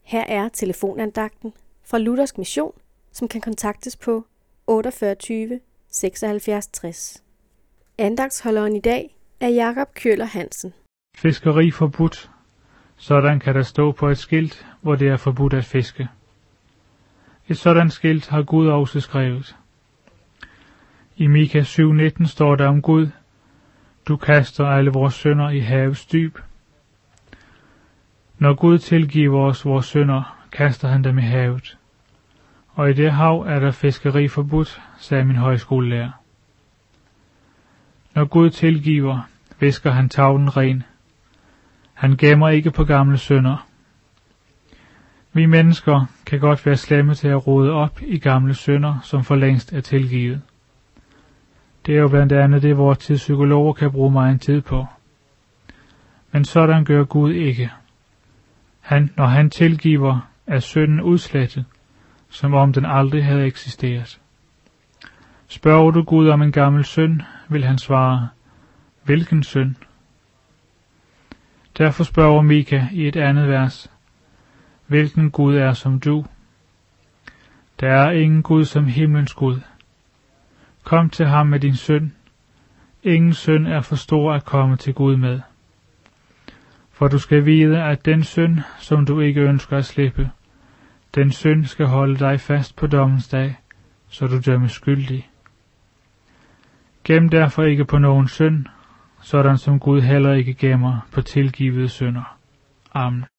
Her er telefonandagten fra Luthersk Mission, som kan kontaktes på 48 76 60. Andagtsholderen i dag er Jakob Kjøller Hansen. Fiskeri forbudt. Sådan kan der stå på et skilt, hvor det er forbudt at fiske. Et sådan skilt har Gud også skrevet. I Mika 7:19 står der om Gud: Du kaster alle vores synder i havets dyb. Når Gud tilgiver os vores synder, kaster han dem i havet. Og i det hav er der fiskeri forbudt, sagde min højskolelærer. Når Gud tilgiver, visker han tavlen ren. Han gemmer ikke på gamle synder. Vi mennesker kan godt være slemme til at rode op i gamle synder, som for længst er tilgivet. Det er jo blandt andet det, vores tids psykologer kan bruge meget tid på. Men sådan gør Gud ikke. Når han tilgiver, er synden udslettet, som om den aldrig havde eksisteret. Spørger du Gud om en gammel synd, vil han svare: hvilken synd? Derfor spørger Mika i et andet vers: hvilken Gud er som du? Der er ingen Gud som himlens Gud. Kom til ham med din synd. Ingen synd er for stor at komme til Gud med. For du skal vide, at den synd, som du ikke ønsker at slippe, den synd skal holde dig fast på dommens dag, så du dømmes skyldig. Gem derfor ikke på nogen synd, sådan som Gud heller ikke gemmer på tilgivede synder. Amen.